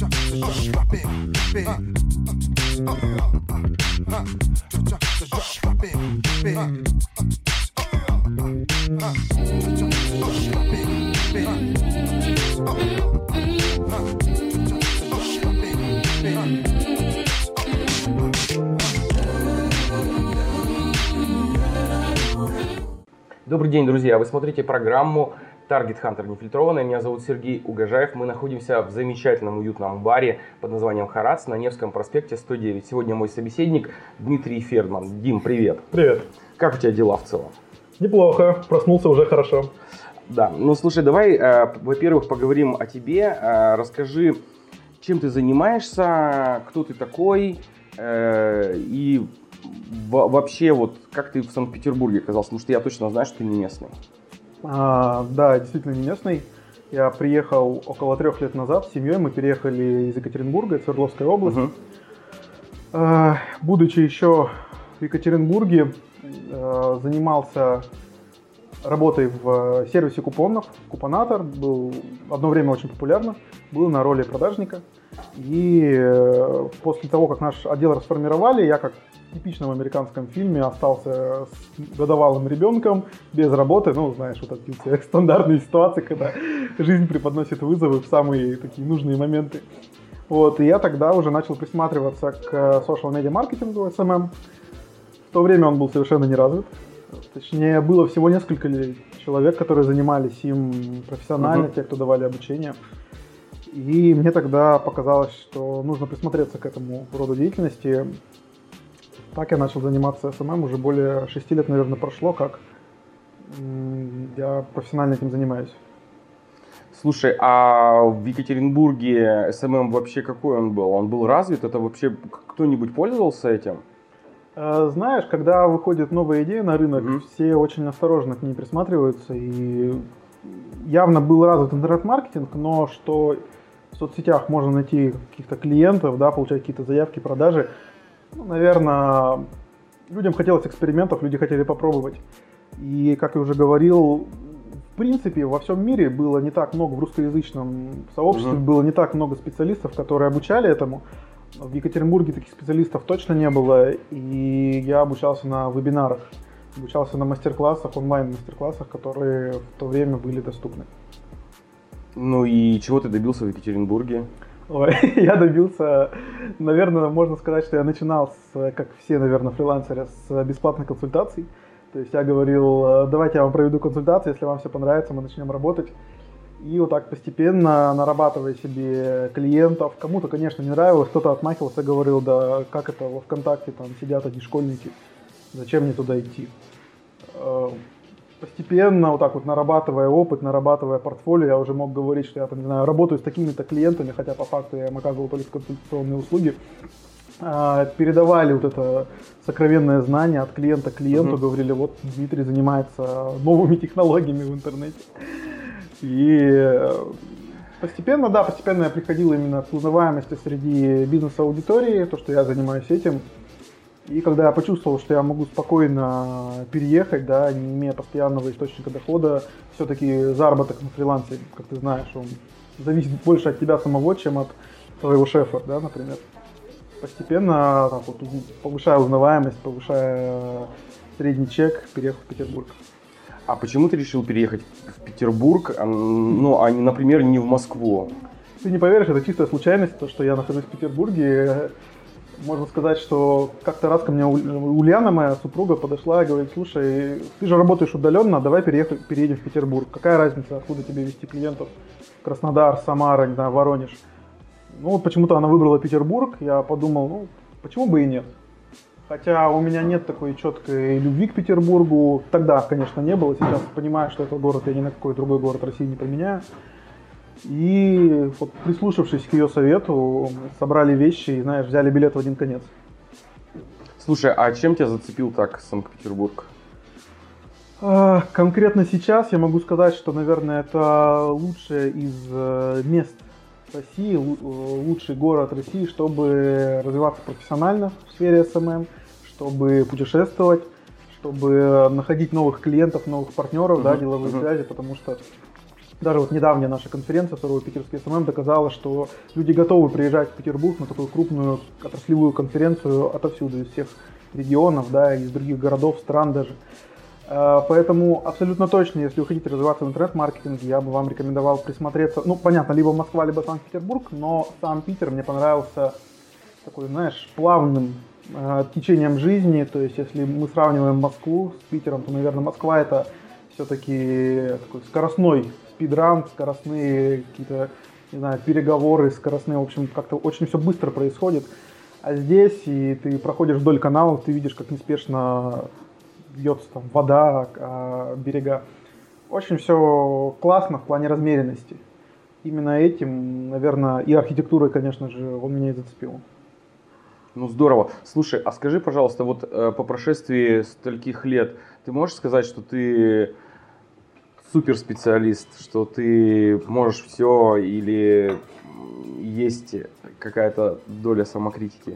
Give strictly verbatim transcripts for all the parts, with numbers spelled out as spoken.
Добрый день, друзья! Вы смотрите программу Target Hunter Нефильтрованная. Меня зовут Сергей Угожаев. Мы находимся в замечательном уютном баре под названием Харатс на Невском проспекте сто девять. Сегодня мой собеседник Дмитрий Фердман. Дим, привет! Привет! Как у тебя дела в целом? Неплохо, проснулся уже хорошо. Да, ну слушай, давай, э, во-первых, поговорим о тебе. Э, расскажи, чем ты занимаешься, кто ты такой э, и в- вообще вот как ты в Санкт-Петербурге оказался, потому что я точно знаю, что ты не местный. А, да, действительно не местный. Я приехал около трех лет назад с семьей. Мы переехали из Екатеринбурга, из Свердловской области. Угу. А, будучи еще в Екатеринбурге, а, занимался работой в сервисе купонов. Купонатор был одно время очень популярно. Был на роли продажника. И э, после того, как наш отдел расформировали, я как в типичном американском фильме остался с годовалым ребенком, без работы. Ну, знаешь, вот эти все стандартные ситуации, когда жизнь преподносит вызовы в самые такие нужные моменты. Вот, и я тогда уже начал присматриваться к social media маркетингу, эс эм эм. В то время он был совершенно не развит. Точнее, было всего несколько человек, которые занимались им профессионально, uh-huh. те, кто давали обучение. И мне тогда показалось, что нужно присмотреться к этому роду деятельности. Так я начал заниматься эс эм эм, уже более шести лет, наверное, прошло, как я профессионально этим занимаюсь. Слушай, а в Екатеринбурге эс эм эм вообще какой он был? Он был развит? Это вообще кто-нибудь пользовался этим? Знаешь, когда выходит новая идея на рынок, Mm-hmm. все очень осторожно к ней присматриваются. И явно был развит интернет-маркетинг, но что в соцсетях можно найти каких-то клиентов, да, получать какие-то заявки, продажи. Ну, наверное, людям хотелось экспериментов, люди хотели попробовать. И, как я уже говорил, в принципе, во всем мире было не так много, в русскоязычном сообществе mm-hmm. было не так много специалистов, которые обучали этому. В Екатеринбурге таких специалистов точно не было, и я обучался на вебинарах, обучался на мастер-классах, онлайн-мастер-классах, которые в то время были доступны. Ну и чего ты добился в Екатеринбурге? Ой, я добился, наверное, можно сказать, что я начинал, с, как все, наверное, фрилансеры, с бесплатных консультаций. То есть я говорил, давайте я вам проведу консультацию, если вам все понравится, мы начнем работать. И вот так постепенно, нарабатывая себе клиентов, кому-то, конечно, не нравилось, кто-то отмахивался, говорил, да как это во ВКонтакте там сидят одни школьники, зачем мне туда идти. Постепенно, вот так вот нарабатывая опыт, нарабатывая портфолио, я уже мог говорить, что я там, не знаю, работаю с такими-то клиентами, хотя по факту я им оказывал только консультационные услуги. Передавали вот это сокровенное знание от клиента к клиенту, mm-hmm. говорили, вот Дмитрий занимается новыми технологиями в интернете. И постепенно, да, постепенно я приходил именно к узнаваемости среди бизнес-аудитории, то, что я занимаюсь этим. И когда я почувствовал, что я могу спокойно переехать, да, не имея постоянного источника дохода, все-таки заработок на фрилансе, как ты знаешь, он зависит больше от тебя самого, чем от твоего шефа, да, например. Постепенно так вот, повышая узнаваемость, повышая средний чек, переехал в Петербург. А почему ты решил переехать в Петербург, ну, а, например, не в Москву? Ты не поверишь, это чистая случайность, то, что я нахожусь в Петербурге. Можно сказать, что как-то раз ко мне Ульяна, моя супруга, подошла и говорит, слушай, ты же работаешь удаленно, давай переехали, переедем в Петербург. Какая разница, откуда тебе везти клиентов? Краснодар, Самара, не знаю, Воронеж. Ну вот почему-то она выбрала Петербург, я подумал, ну почему бы и нет. Хотя у меня нет такой четкой любви к Петербургу. Тогда, конечно, не было. Сейчас понимаю, что этот город я ни на какой другой город России не променяю. И вот прислушавшись к ее совету, собрали вещи и, знаешь, взяли билет в один конец. Слушай, а чем тебя зацепил так Санкт-Петербург? А, конкретно сейчас я могу сказать, что, наверное, это лучшее из мест России, лучший город России, чтобы развиваться профессионально в сфере эс эм эм, чтобы путешествовать, чтобы находить новых клиентов, новых партнеров, uh-huh. да, деловые uh-huh. связи, потому что Даже вот недавняя наша конференция, второй питерский эс эм эм, доказала, что люди готовы приезжать в Петербург на такую крупную отраслевую конференцию отовсюду, из всех регионов, да, из других городов, стран даже. Поэтому абсолютно точно, если вы хотите развиваться в интернет-маркетинге, я бы вам рекомендовал присмотреться, ну, понятно, либо Москва, либо Санкт-Петербург, но сам Питер мне понравился такой, знаешь, плавным э, течением жизни. То есть, если мы сравниваем Москву с Питером, то, наверное, Москва это все-таки такой скоростной спидран, скоростные какие-то, не знаю, переговоры, скоростные, в общем, как-то очень все быстро происходит. А здесь, и ты проходишь вдоль каналов, ты видишь, как неспешно бьется там вода, а, берега. Очень все классно в плане размеренности. Именно этим, наверное, и архитектурой, конечно же, он меня и зацепил. Ну здорово. Слушай, а скажи, пожалуйста, вот э, по прошествии стольких лет, ты можешь сказать, что ты суперспециалист, что ты можешь все или есть какая-то доля самокритики?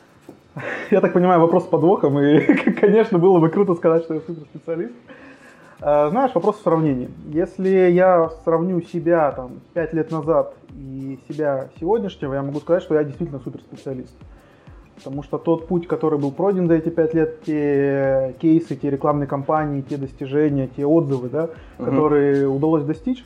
Я так понимаю, вопрос с подвохом, и, конечно, было бы круто сказать, что я суперспециалист. Знаешь, вопрос в сравнении. Если я сравню себя там пять лет назад и себя сегодняшнего, я могу сказать, что я действительно суперспециалист. Потому что тот путь, который был пройден за эти пять лет, те кейсы, те рекламные кампании, те достижения, те отзывы, да, uh-huh. которые удалось достичь,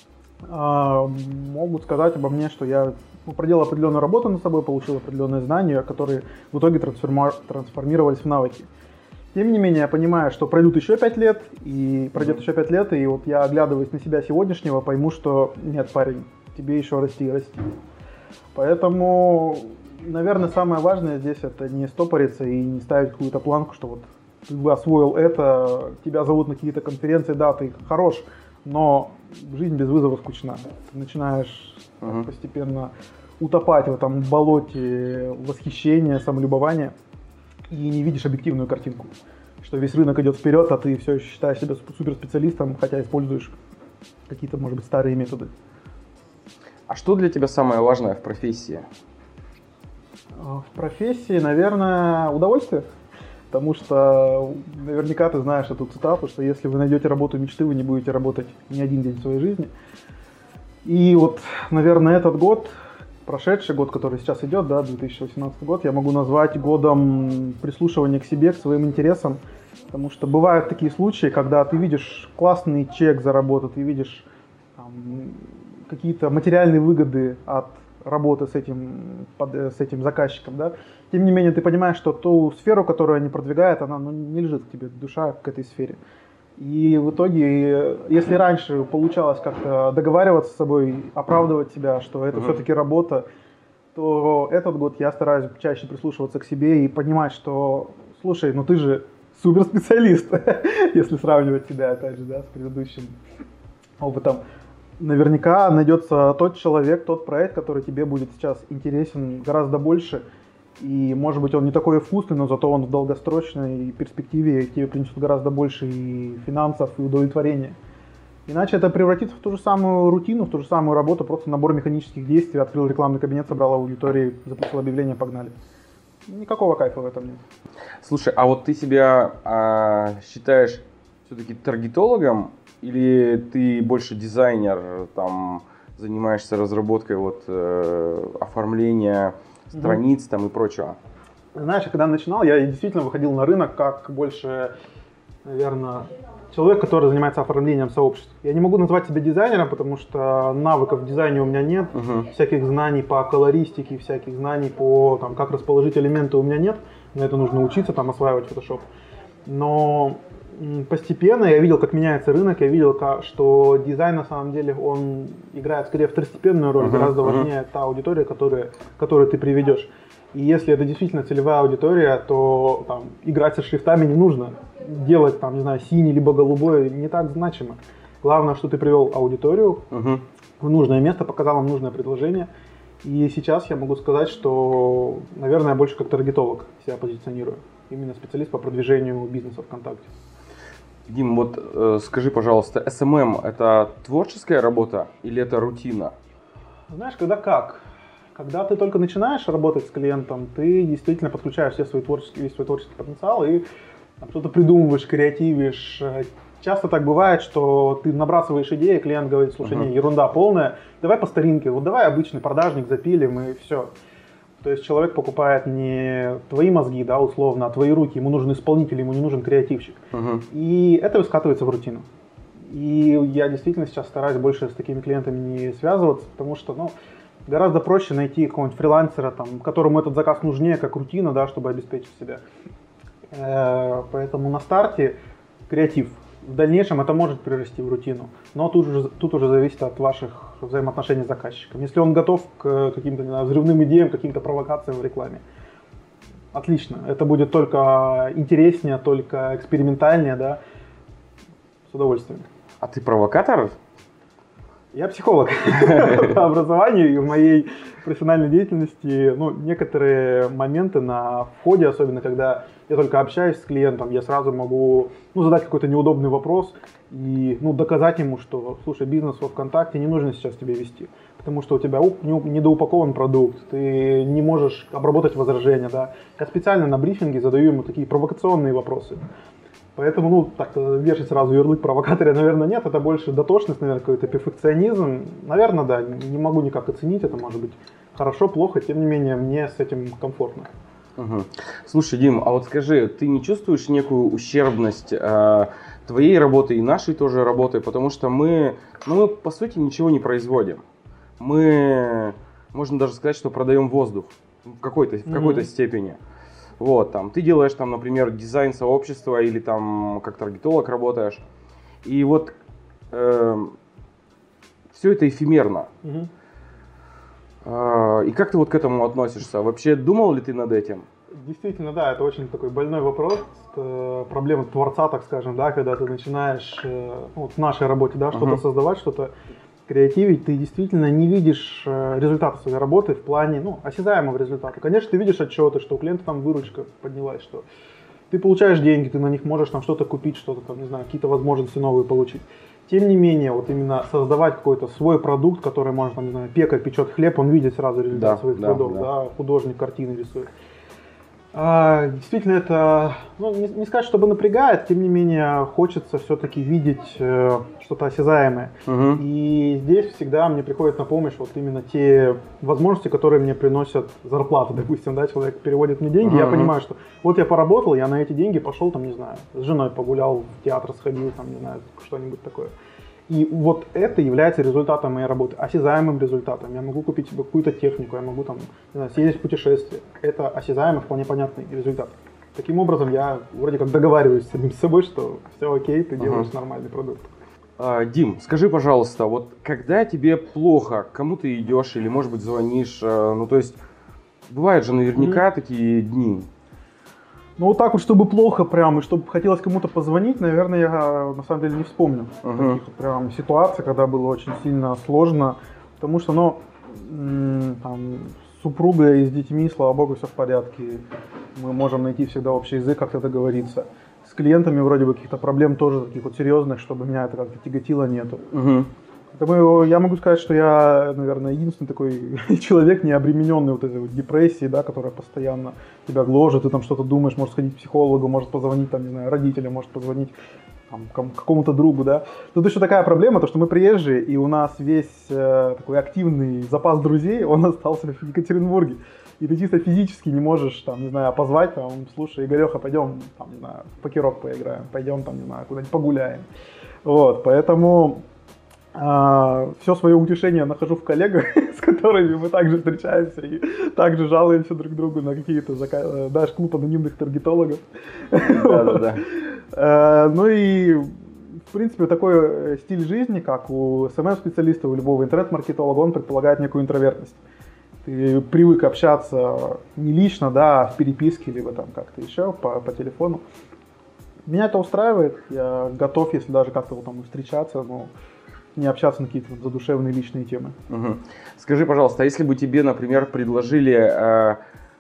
могут сказать обо мне, что я проделал определенную работу над собой, получил определенные знания, которые в итоге трансформировались в навыки. Тем не менее, я понимаю, что пройдут еще пять лет, и пройдет еще пять лет, и вот я, оглядываясь на себя сегодняшнего, пойму, что нет, парень, тебе еще расти и расти. Поэтому, наверное, самое важное здесь это не стопориться и не ставить какую-то планку, что вот ты освоил это, тебя зовут на какие-то конференции, да, ты хорош, но жизнь без вызова скучна. Ты начинаешь uh-huh. постепенно утопать в этом болоте восхищения, самолюбования и не видишь объективную картинку. Что весь рынок идет вперед, а ты все еще считаешь себя суперспециалистом, хотя используешь какие-то, может быть, старые методы. А что для тебя самое важное в профессии? В профессии, наверное, удовольствие. Потому что наверняка ты знаешь эту цитату, что если вы найдете работу мечты, вы не будете работать ни один день своей жизни. И вот, наверное, этот год, прошедший год, который сейчас идет, да, две тысячи восемнадцатый год, я могу назвать годом прислушивания к себе, к своим интересам. Потому что бывают такие случаи, когда ты видишь классный чек за работу, ты видишь там, какие-то материальные выгоды от работы с этим, с этим заказчиком, да. Тем не менее, ты понимаешь, что ту сферу, которую они продвигают, она ну, не лежит к тебе, душа к этой сфере. И в итоге, если раньше получалось как-то договариваться с собой, оправдывать себя, что это uh-huh. все-таки работа, то этот год я стараюсь чаще прислушиваться к себе и понимать, что, слушай, ну ты же суперспециалист, если сравнивать себя, опять же, да, с предыдущим опытом. Наверняка найдется тот человек, тот проект, который тебе будет сейчас интересен гораздо больше. И, может быть, он не такой вкусный, но зато он в долгосрочной перспективе тебе принесет гораздо больше и финансов, и удовлетворения. Иначе это превратится в ту же самую рутину, в ту же самую работу, просто набор механических действий. Открыл рекламный кабинет, собрал аудиторию, запустил объявление, погнали. Никакого кайфа в этом нет. Слушай, а вот ты себя а, считаешь все-таки таргетологом? Или ты больше дизайнер, там, занимаешься разработкой вот, э, оформления страниц mm-hmm. там, и прочего? Знаешь, когда начинал, я действительно выходил на рынок как больше, наверное, человек, который занимается оформлением сообществ. Я не могу назвать себя дизайнером, потому что навыков в дизайне у меня нет, uh-huh. всяких знаний по колористике, всяких знаний по, там, как расположить элементы у меня нет. На это нужно учиться, там, осваивать Photoshop. Но постепенно я видел, как меняется рынок, я видел, что дизайн на самом деле он играет скорее второстепенную роль, uh-huh, гораздо uh-huh. важнее та аудитория, которая, которую ты приведешь. И если это действительно целевая аудитория, то там, играть со шрифтами не нужно. Делать там, не знаю, синий либо голубой не так значимо. Главное, что ты привел аудиторию uh-huh. в нужное место, показал им нужное предложение. И сейчас я могу сказать, что, наверное, я больше как таргетолог себя позиционирую. Именно специалист по продвижению бизнеса ВКонтакте. Дим, вот э, скажи, пожалуйста, эс эм эм это творческая работа или это рутина? Знаешь, когда как? Когда ты только начинаешь работать с клиентом, ты действительно подключаешь все свои творческие, весь свой творческий потенциал и там, что-то придумываешь, креативишь, часто так бывает, что ты набрасываешь идеи, клиент говорит, слушай, uh-huh. не, ерунда полная, давай по старинке, вот давай обычный продажник запилим и все. То есть человек покупает не твои мозги, да, условно, а твои руки, ему нужен исполнитель, ему не нужен креативщик. Uh-huh. И это скатывается в рутину. И я действительно сейчас стараюсь больше с такими клиентами не связываться, потому что, ну, гораздо проще найти какого-нибудь фрилансера, там, которому этот заказ нужнее, как рутина, да, чтобы обеспечить себя. Э-э- поэтому на старте креатив. В дальнейшем это может перерасти в рутину, но тут уже, тут уже зависит от ваших взаимоотношений с заказчиком. Если он готов к каким-то, не знаю, взрывным идеям, каким-то провокациям в рекламе, отлично. Это будет только интереснее, только экспериментальнее, да, с удовольствием. А ты провокатор? Я психолог по образованию, и в моей профессиональной деятельности, ну, некоторые моменты на входе, особенно когда я только общаюсь с клиентом, я сразу могу, ну, задать какой-то неудобный вопрос и, ну, доказать ему, что, слушай, бизнес во ВКонтакте не нужно сейчас тебе вести, потому что у тебя недоупакован продукт, ты не можешь обработать возражения, да. Я специально на брифинге задаю ему такие провокационные вопросы. Поэтому, ну, так вешать сразу ярлык провокатора, наверное, нет. Это больше дотошность, наверное, какой-то перфекционизм. Наверное, да, не могу никак оценить. Это может быть хорошо, плохо. Тем не менее, мне с этим комфортно. Угу. Слушай, Дим, а вот скажи, ты не чувствуешь некую ущербность э, твоей работы и нашей тоже работы? Потому что мы, ну, мы, по сути, ничего не производим. Мы, можно даже сказать, что продаем воздух в какой-то, в какой-то mm-hmm. степени. Вот, там, ты делаешь, там, например, дизайн сообщества или там как таргетолог работаешь, и вот э, все это эфемерно. Угу. Э, и как ты вот к этому относишься? Вообще думал ли ты над этим? Действительно, да, это очень такой больной вопрос, это проблема творца, так скажем, да, когда ты начинаешь, э, ну, в нашей работе, да, что-то угу. создавать, что-то креативить, ты действительно не видишь результата своей работы в плане, ну, осязаемого результата. Конечно, ты видишь отчеты, что у клиента там выручка поднялась, что ты получаешь деньги, ты на них можешь там что-то купить, что-то там, не знаю, какие-то возможности новые получить. Тем не менее, вот именно создавать какой-то свой продукт, который может, там, не знаю, пекарь печет хлеб, он видит сразу результат да, своих да, трудов, да. Да, художник картины рисует. А, действительно, это, ну, не, не сказать, чтобы напрягает, тем не менее, хочется все-таки видеть э, что-то осязаемое. Угу. И здесь всегда мне приходит на помощь вот именно те возможности, которые мне приносят зарплату. Допустим, да, человек переводит мне деньги, угу. я понимаю, что вот я поработал, я на эти деньги пошел, там, не знаю, с женой погулял, в театр сходил, там, не знаю, что-нибудь такое. И вот это является результатом моей работы, осязаемым результатом. Я могу купить себе какую-то технику, я могу там, не знаю, съездить в путешествие. Это осязаемый, вполне понятный результат. Таким образом, я вроде как договариваюсь с самим собой, что все окей, ты делаешь uh-huh. нормальный продукт. А, Дим, скажи, пожалуйста, вот когда тебе плохо, к кому ты идешь или, может быть, звонишь, ну то есть, бывают же наверняка mm-hmm. такие дни. Ну вот так вот, чтобы плохо прям, и чтобы хотелось кому-то позвонить, наверное, я на самом деле не вспомню uh-huh. таких вот прям ситуаций, когда было очень сильно сложно, потому что, ну, там, с супругой и с детьми, слава богу, все в порядке, мы можем найти всегда общий язык, как это говорится. С клиентами вроде бы каких-то проблем тоже таких вот серьезных, чтобы меня это как-то тяготило, нету. Uh-huh. Поэтому я могу сказать, что я, наверное, единственный такой человек, не обремененный вот этой вот депрессией, да, которая постоянно тебя гложет, ты там что-то думаешь, может сходить к психологу, может позвонить, там, не знаю, родителям, может позвонить там, какому-то другу, да. Тут еще такая проблема, то, что мы приезжие, и у нас весь э, такой активный запас друзей, он остался в Екатеринбурге. И ты чисто физически не можешь, там, не знаю, позвать, там, слушай, Игореха, пойдем, там, не знаю, в покерок поиграем, пойдем, там, не знаю, куда-нибудь погуляем. Вот, поэтому... Uh, все свое утешение нахожу в коллегах, с которыми мы также встречаемся и также жалуемся друг другу на какие-то зака... даже клуб анонимных таргетологов. Да-да-да. uh, ну и, в принципе, такой стиль жизни, как у эс эм эм-специалиста, у любого интернет-маркетолога, он предполагает некую интровертность. Ты привык общаться не лично, да, а в переписке, либо там как-то еще по, по телефону. Меня это устраивает, я готов, если даже как-то вот там встречаться, но не общаться на какие-то задушевные личные темы. Угу. Скажи, пожалуйста, а если бы тебе, например, предложили э,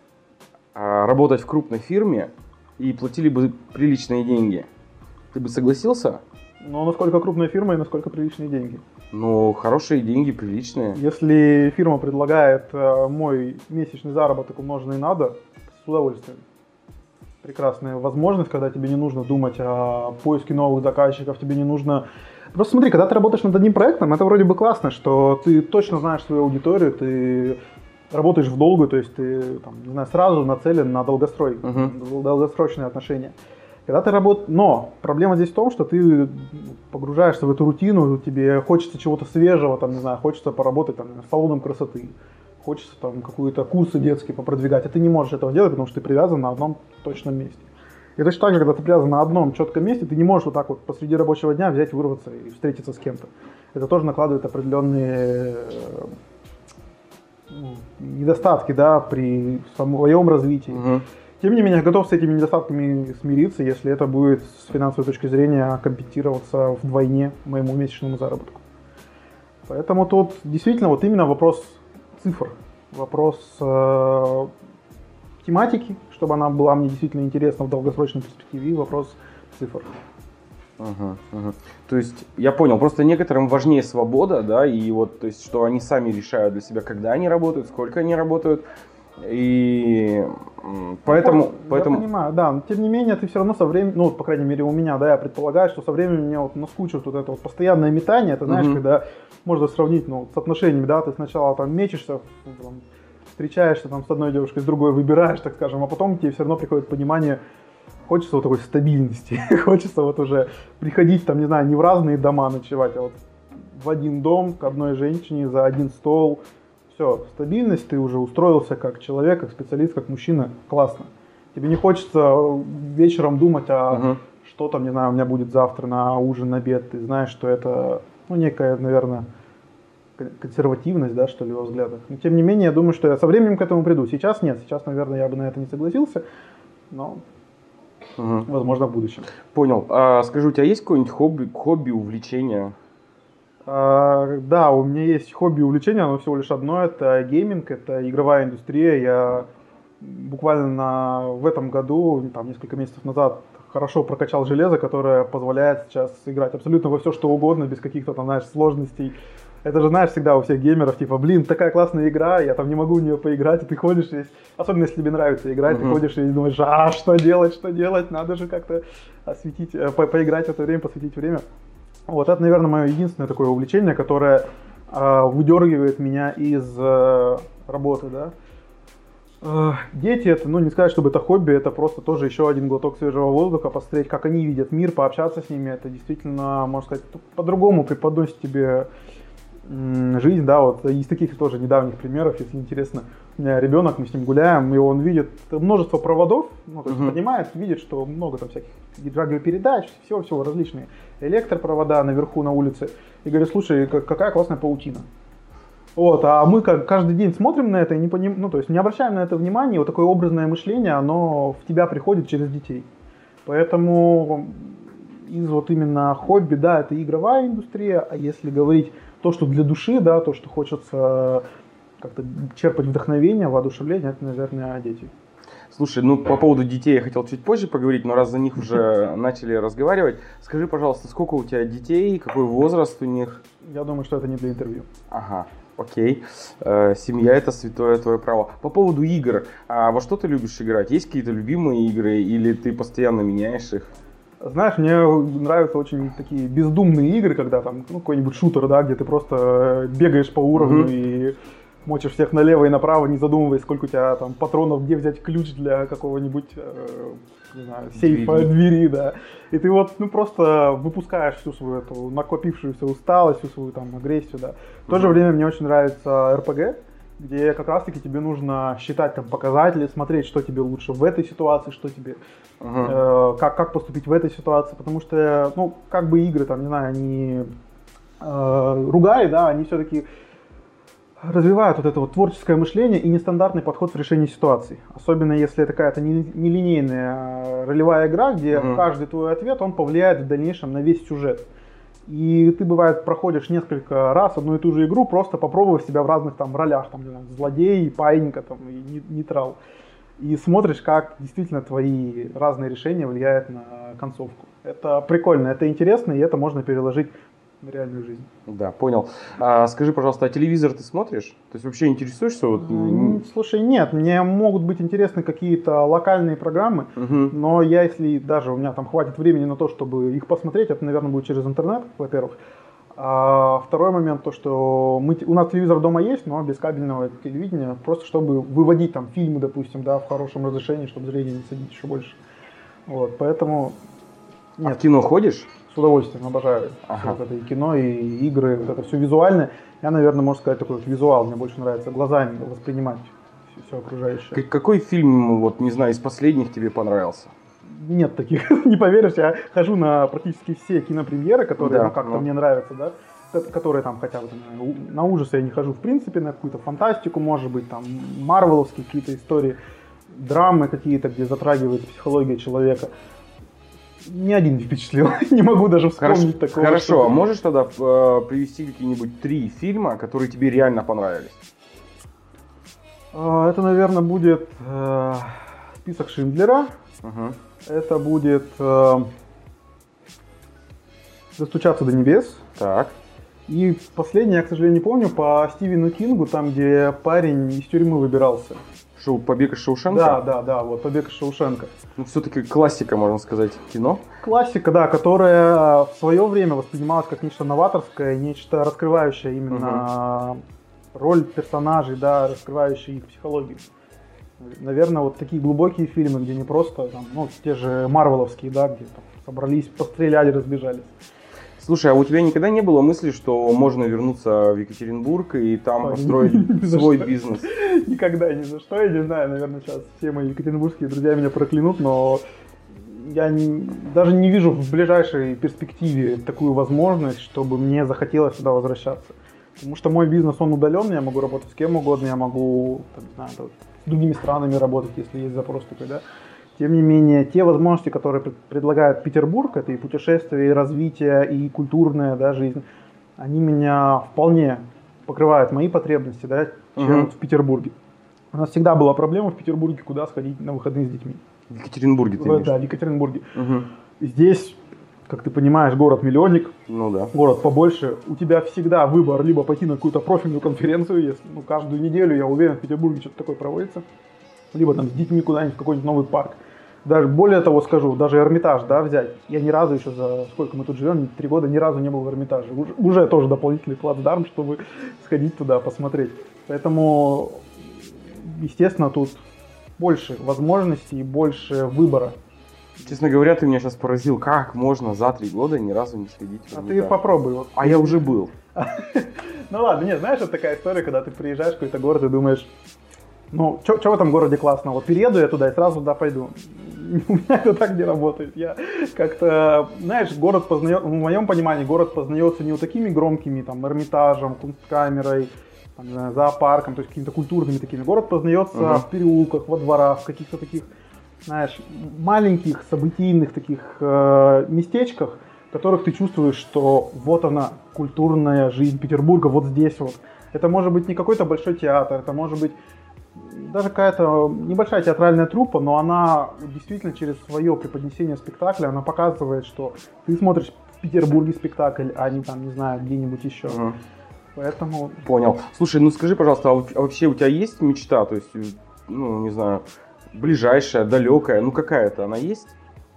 э, работать в крупной фирме и платили бы приличные деньги, ты бы согласился? Ну, насколько крупная фирма и насколько приличные деньги? Ну, хорошие деньги, приличные. Если фирма предлагает э, мой месячный заработок, умноженный на до, с удовольствием. прекрасная возможность, когда тебе не нужно думать о поиске новых заказчиков, тебе не нужно... Просто смотри, когда ты работаешь над одним проектом, это вроде бы классно, что ты точно знаешь свою аудиторию, ты работаешь в долгую, то есть ты, там, не знаю, сразу нацелен на долгострой, uh-huh. долгосрочные отношения. Когда ты работаешь... Но проблема здесь в том, что ты погружаешься в эту рутину, тебе хочется чего-то свежего, там, не знаю, хочется поработать там, с салоном красоты, хочется там какие-то курсы детские попродвигать, а ты не можешь этого делать, потому что ты привязан на одном точном месте. И точно так же, когда ты привязан на одном четком месте, ты не можешь вот так вот посреди рабочего дня взять, вырваться и встретиться с кем-то. Это тоже накладывает определенные ну, недостатки, да, при своем развитии. Uh-huh. Тем не менее, я готов с этими недостатками смириться, если это будет с финансовой точки зрения компенсироваться вдвойне моему месячному заработку. Поэтому тут действительно вот именно вопрос цифр, вопрос э, тематики, чтобы она была мне действительно интересна в долгосрочной перспективе, и вопрос цифр. Ага, ага. То есть я понял, просто некоторым важнее свобода, да, и вот, то есть, что они сами решают для себя, когда они работают, сколько они работают, и поэтому... Я поэтому... понимаю, да, но тем не менее ты все равно со временем, ну, по крайней мере у меня, да, я предполагаю, что со временем мне вот наскучивает вот это вот постоянное метание, это знаешь, uh-huh. когда можно сравнить, ну, с отношениями, да, ты сначала там мечешься, там, встречаешься там с одной девушкой, с другой выбираешь, так скажем, а потом тебе все равно приходит понимание, хочется вот такой стабильности, хочется вот уже приходить там, не знаю, не в разные дома ночевать, а вот в один дом к одной женщине за один стол. Все, стабильность, ты уже устроился как человек, как специалист, как мужчина, классно. Тебе не хочется вечером думать, а uh-huh. что там, не знаю, у меня будет завтра на ужин, на обед. Ты знаешь, что это, ну, некая, наверное, консервативность, да, что ли, во взглядах. Но тем не менее, я думаю, что я со временем к этому приду. Сейчас нет, сейчас, наверное, я бы на это не согласился, но, uh-huh. возможно, в будущем. Понял. А скажи, у тебя есть какое-нибудь хобби, хобби, увлечение? Uh, да, у меня есть хобби и увлечение, оно всего лишь одно, это гейминг, это игровая индустрия. Я буквально на, в этом году, там, несколько месяцев назад, хорошо прокачал железо, которое позволяет сейчас играть абсолютно во все, что угодно, без каких-то там, знаешь, сложностей. Это же, знаешь, всегда у всех геймеров, типа, блин, такая классная игра, я там не могу в нее поиграть, и ты ходишь весь, особенно если тебе нравится играть, uh-huh. ты ходишь и думаешь, а что делать, что делать, надо же как-то осветить, по- поиграть в это время, посвятить время. Вот это, наверное, мое единственное такое увлечение, которое э, выдергивает меня из э, работы, да. Э, дети, это, ну, не сказать, чтобы это хобби, это просто тоже еще один глоток свежего воздуха, посмотреть, как они видят мир, пообщаться с ними, это действительно, можно сказать, по-другому преподносит тебе м- жизнь, да, вот из таких тоже недавних примеров, если интересно, у меня ребенок, мы с ним гуляем, и он видит множество проводов, ну, то есть uh-huh. понимает, видит, что много там всяких радиопередач, всего-всего различные электропровода наверху на улице, и говорю, слушай, какая классная паутина. Вот, а мы как каждый день смотрим на это и не поним... ну, то есть не обращаем на это внимания, вот такое образное мышление, оно в тебя приходит через детей. Поэтому из вот именно хобби, да, это игровая индустрия, а если говорить то, что для души, да, то, что хочется как-то черпать вдохновение, воодушевление, это, наверное, дети. Слушай, ну по поводу детей я хотел чуть позже поговорить, но раз за них уже начали разговаривать, скажи, пожалуйста, сколько у тебя детей, какой возраст у них? Я думаю, что это не для интервью. Ага, окей. Э, семья — это святое твое право. По поводу игр, а во что ты любишь играть? Есть какие-то любимые игры или ты постоянно меняешь их? Знаешь, мне нравятся очень такие бездумные игры, когда там ну, какой-нибудь шутер, да, где ты просто бегаешь по уровню uh-huh. и мочишь всех налево и направо, не задумываясь, сколько у тебя там патронов, где взять ключ для какого-нибудь, э, не знаю, сейфа, двери. двери, да. И ты вот, ну, просто выпускаешь всю свою эту накопившуюся усталость, всю свою там агрессию, да. В то же время мне очень нравится эр пи джи, где как раз-таки тебе нужно считать там показатели, смотреть, что тебе лучше в этой ситуации, что тебе, uh-huh. э, как, как поступить в этой ситуации, потому что, ну, как бы игры там, не знаю, они э, ругают, да, они все-таки развивают вот это вот творческое мышление и нестандартный подход в решении ситуаций. Особенно если это какая-то нелинейная ролевая игра, где mm-hmm. каждый твой ответ, он повлияет в дальнейшем на весь сюжет. И ты, бывает, проходишь несколько раз одну и ту же игру, просто попробовав себя в разных там ролях, там, не знаю, злодей, паинька там, и нейтрал. И смотришь, как действительно твои разные решения влияют на концовку. Это прикольно, это интересно, и это можно переложить на реальную жизнь. Да, понял. А, скажи, пожалуйста, а телевизор ты смотришь? То есть вообще интересуешься? Вот... Слушай, нет, мне могут быть интересны какие-то локальные программы, угу. но я, если даже у меня там хватит времени на то, чтобы их посмотреть, это, наверное, будет через интернет, во-первых. А второй момент, то, что мы, у нас телевизор дома есть, но без кабельного телевидения, просто чтобы выводить там фильмы, допустим, да, в хорошем разрешении, чтобы зрение не садить еще больше. Вот, поэтому... Нет. А в кино ходишь? С удовольствием, обожаю. Ага. Вот это и кино, и игры, вот это все визуальное. Я, наверное, можно сказать, такой вот визуал, мне больше нравится глазами воспринимать все, все окружающее. Какой фильм, вот не знаю, из последних тебе понравился? Нет таких, не поверишь, я хожу на практически все кинопремьеры, которые да, ну, как-то ну. мне нравятся, да, которые там хотя бы там, на ужасы я не хожу в принципе, на какую-то фантастику, может быть, там, марвеловские какие-то истории, драмы какие-то, где затрагивается психология человека. Ни один не впечатлил, не могу даже вспомнить Хорошо, такого. Хорошо, что... а можешь тогда э, привести какие-нибудь три фильма, которые тебе реально понравились? Это, наверное, будет э, «Список Шиндлера». Угу. Это будет э, «Достучаться до небес». Так. И последний, я, к сожалению, не помню, по Стивену Кингу, там, где парень из тюрьмы выбирался. Шоу «Побег из Шоушенка»? Да, да, да, вот «Побег из Шоушенка». Ну, все-таки классика, можно сказать, кино. Классика, да, которая в свое время воспринималась как нечто новаторское, нечто раскрывающее именно угу. роль персонажей, да, раскрывающие их психологию. Наверное, вот такие глубокие фильмы, где не просто, там, ну, те же марвеловские, да, где там собрались, постреляли, разбежались. Слушай, а у тебя никогда не было мысли, что можно вернуться в Екатеринбург и там Ой, построить ни, свой бизнес? Никогда, ни за что. Я не знаю, наверное, сейчас все мои екатеринбургские друзья меня проклянут, но я не, даже не вижу в ближайшей перспективе такую возможность, чтобы мне захотелось сюда возвращаться. Потому что мой бизнес, он удаленный, я могу работать с кем угодно, я могу, там, не знаю, с другими странами работать, если есть запрос такой, да. Тем не менее, те возможности, которые предлагает Петербург, это и путешествия, и развитие, и культурная, да, жизнь, они меня вполне покрывают мои потребности, да, чем угу. в Петербурге. У нас всегда была проблема в Петербурге, куда сходить на выходные с детьми. В Екатеринбурге ты в, имеешь? Да, в Екатеринбурге. Угу. Здесь, как ты понимаешь, город-миллионник, ну, да. город побольше. У тебя всегда выбор либо пойти на какую-то профильную конференцию, если, ну, каждую неделю, я уверен, в Петербурге что-то такое проводится, либо там с детьми куда-нибудь в какой-нибудь новый парк. Даже более того скажу, даже Эрмитаж, да, взять. Я ни разу еще за сколько мы тут живем, три года, ни разу не был в Эрмитаже. Уже, уже тоже дополнительный плацдарм, чтобы сходить туда, посмотреть. Поэтому, естественно, тут больше возможностей и больше выбора. Честно говоря, ты меня сейчас поразил, как можно за три года ни разу не сходить в Эрмитаж. А ты попробуй. Вот. А я уже был. Ну ладно, нет, знаешь, это такая история, когда ты приезжаешь в какой-то город и думаешь, ну, что в этом городе классно? Вот перееду я туда и сразу туда пойду. У меня это так не работает. Я как-то, знаешь, город познается, в моем понимании, город познается не вот такими громкими, там, Эрмитажем, Кунсткамерой, там, не знаю, зоопарком, то есть какими-то культурными такими. Город познается uh-huh. в переулках, во дворах, в каких-то таких, знаешь, маленьких, событийных таких э, местечках, в которых ты чувствуешь, что вот она, культурная жизнь Петербурга, вот здесь вот. Это может быть не какой-то большой театр, это может быть даже какая-то небольшая театральная труппа, но она действительно через свое преподнесение спектакля, она показывает, что ты смотришь в Петербурге спектакль, а не там, не знаю, где-нибудь еще. Угу. Поэтому... Понял. Слушай, ну скажи, пожалуйста, а вообще у тебя есть мечта, то есть, ну, не знаю, ближайшая, далекая, ну какая-то она есть?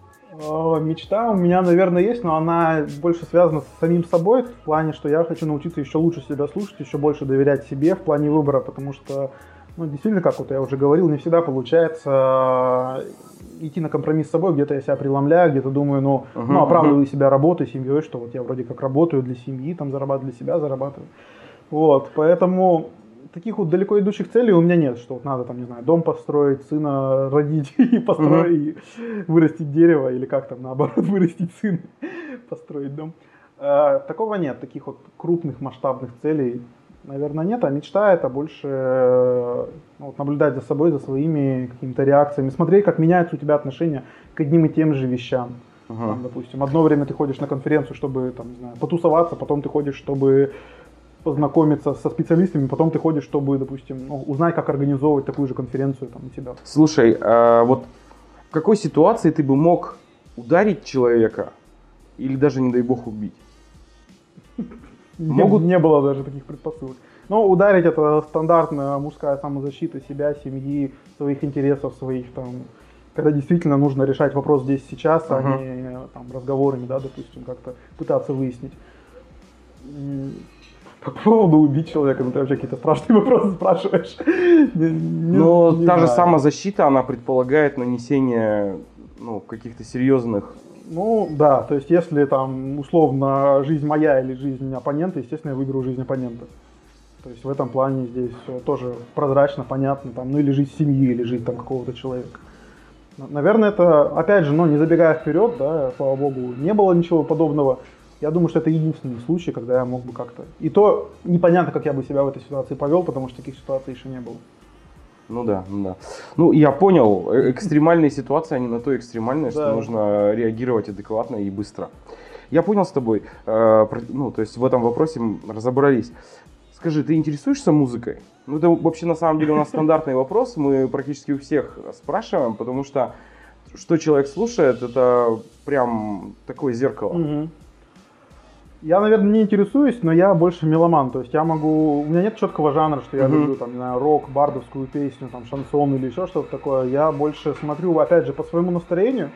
Мечта у меня, наверное, есть, но она больше связана с самим собой, в плане, что я хочу научиться еще лучше себя слушать, еще больше доверять себе в плане выбора, потому что, ну, действительно, как вот я уже говорил, не всегда получается идти на компромисс с собой, где-то я себя преломляю, где-то думаю, ну, uh-huh, ну оправдываю uh-huh. себя работой, семьей, что вот я вроде как работаю для семьи, там зарабатываю для себя, зарабатываю. Вот, поэтому таких вот далеко идущих целей у меня нет, что вот надо там, не знаю, дом построить, сына родить и построить, uh-huh. и вырастить дерево, или как там, наоборот, вырастить сына, построить дом. А, такого нет, таких вот крупных масштабных целей, наверное, нет, а мечта это больше ну, вот, наблюдать за собой, за своими какими-то реакциями, смотреть, как меняются у тебя отношения к одним и тем же вещам. Uh-huh. Там, допустим, одно время ты ходишь на конференцию, чтобы там, не знаю, потусоваться, потом ты ходишь, чтобы познакомиться со специалистами, потом ты ходишь, чтобы, допустим, ну, узнать, как организовывать такую же конференцию там, у тебя. Слушай, а вот в какой ситуации ты бы мог ударить человека или даже, не дай бог, убить? Могут... Не, не было даже таких предпосылок. Но ударить — это стандартная мужская самозащита себя, семьи, своих интересов, своих там, когда действительно нужно решать вопрос здесь сейчас, uh-huh. а не там, разговорами, да, допустим, как-то пытаться выяснить. По поводу убить человека, ну ты вообще какие-то страшные вопросы спрашиваешь. Но та же самозащита, она предполагает нанесение ну, каких-то серьезных... Ну да, то есть если там условно жизнь моя или жизнь оппонента, естественно, я выберу жизнь оппонента. То есть в этом плане здесь тоже прозрачно, понятно, там, ну или жизнь семьи, или жизнь там какого-то человека. Наверное, это, опять же, ну не забегая вперед, да, слава богу, не было ничего подобного. Я думаю, что это единственный случай, когда я мог бы как-то... И то непонятно, как я бы себя в этой ситуации повел, потому что таких ситуаций еще не было. Ну да, ну да. Ну я понял, экстремальные ситуации, они на то экстремальные, что да. нужно реагировать адекватно и быстро. Я понял с тобой, э, ну то есть в этом вопросе разобрались. Скажи, ты интересуешься музыкой? Ну это вообще на самом деле у нас стандартный вопрос, мы практически у всех спрашиваем, потому что что человек слушает, это прям такое зеркало. Угу. Я, наверное, не интересуюсь, но я больше меломан, то есть я могу, у меня нет четкого жанра, что я uh-huh. люблю там, не знаю, рок, бардовскую песню, там, шансон или еще что-то такое. Я больше смотрю, опять же, по своему настроению.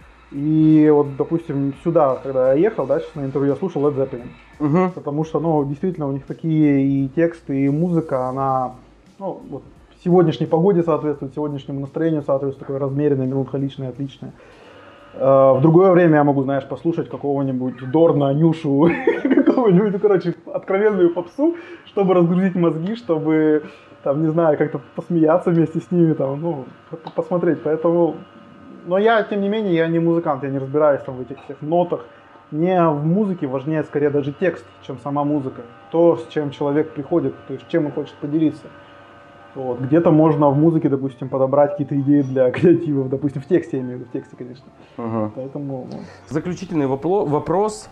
И вот, допустим, сюда, когда я ехал, да, сейчас на интервью, я слушал Led Zeppelin. Uh-huh. Потому что, ну, действительно, у них такие и тексты, и музыка, она, ну, вот, сегодняшней погоде соответствует, сегодняшнему настроению соответствует, такое размеренное, меланхоличное, отличное. В другое время я могу, знаешь, послушать какого-нибудь Дорна, Нюшу, какого-нибудь, ну, короче, откровенную попсу, чтобы разгрузить мозги, чтобы, там, не знаю, как-то посмеяться вместе с ними, там, ну, посмотреть. Поэтому, но я, тем не менее, я не музыкант, я не разбираюсь там в этих всех нотах. Мне в музыке важнее скорее даже текст, чем сама музыка. То, с чем человек приходит, то есть чем он хочет поделиться. Вот. Где-то можно в музыке, допустим, подобрать какие-то идеи для креативов, допустим, в тексте, я имею в виду, в тексте, конечно. Угу. Поэтому... Заключительный вопрос.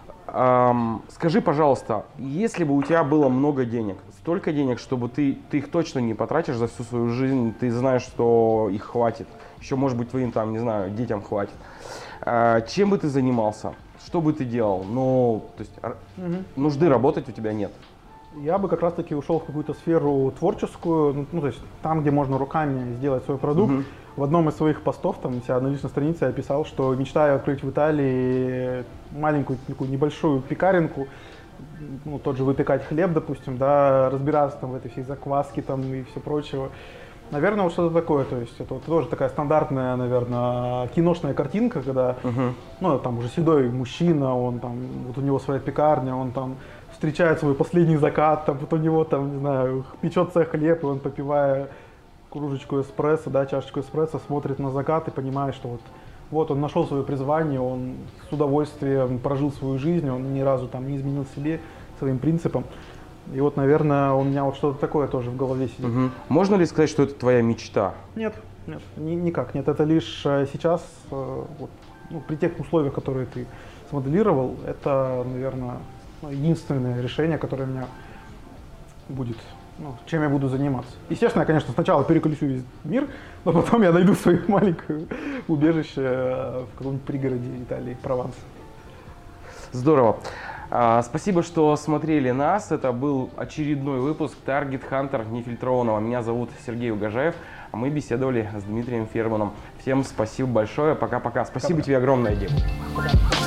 Эм, скажи, пожалуйста, если бы у тебя было много денег, столько денег, чтобы ты, ты их точно не потратишь за всю свою жизнь, ты знаешь, что их хватит, еще, может быть, твоим, там, не знаю, детям хватит, э, чем бы ты занимался, что бы ты делал? Ну, то есть угу. нужды работать у тебя нет. Я бы как раз таки ушел в какую-то сферу творческую, ну то есть там, где можно руками сделать свой продукт. Uh-huh. В одном из своих постов, там, у себя на личной странице я писал, что мечтаю открыть в Италии маленькую такую небольшую пекаренку, ну тот же выпекать хлеб, допустим, да, разбираться там в этой всей закваске там и все прочего. Наверное, вот что-то такое, то есть это вот тоже такая стандартная, наверное, киношная картинка, когда, uh-huh. ну там уже седой мужчина, он там, вот у него своя пекарня, он там встречает свой последний закат, там вот у него там, не знаю, печется хлеб, и он, попивая кружечку эспрессо, да, чашечку эспрессо, смотрит на закат и понимает, что вот, вот он нашел свое призвание, он с удовольствием прожил свою жизнь, он ни разу там не изменил себе, своим принципам. И вот, наверное, у меня вот что-то такое тоже в голове сидит. Угу. Можно ли сказать, что это твоя мечта? Нет, нет, ни, никак нет. Это лишь сейчас, вот, ну, при тех условиях, которые ты смоделировал, это, наверное, единственное решение, которое у меня будет, ну, чем я буду заниматься. Естественно, я, конечно, сначала переключу весь мир, но потом я найду свое маленькое убежище в каком-нибудь пригороде Италии, Прованс. Здорово. Спасибо, что смотрели нас. Это был очередной выпуск Target Hunter нефильтрованного. Меня зовут Сергей Угожаев, а мы беседовали с Дмитрием Ферманом. Всем спасибо большое. Пока-пока. Спасибо Пока. тебе огромное, Дим.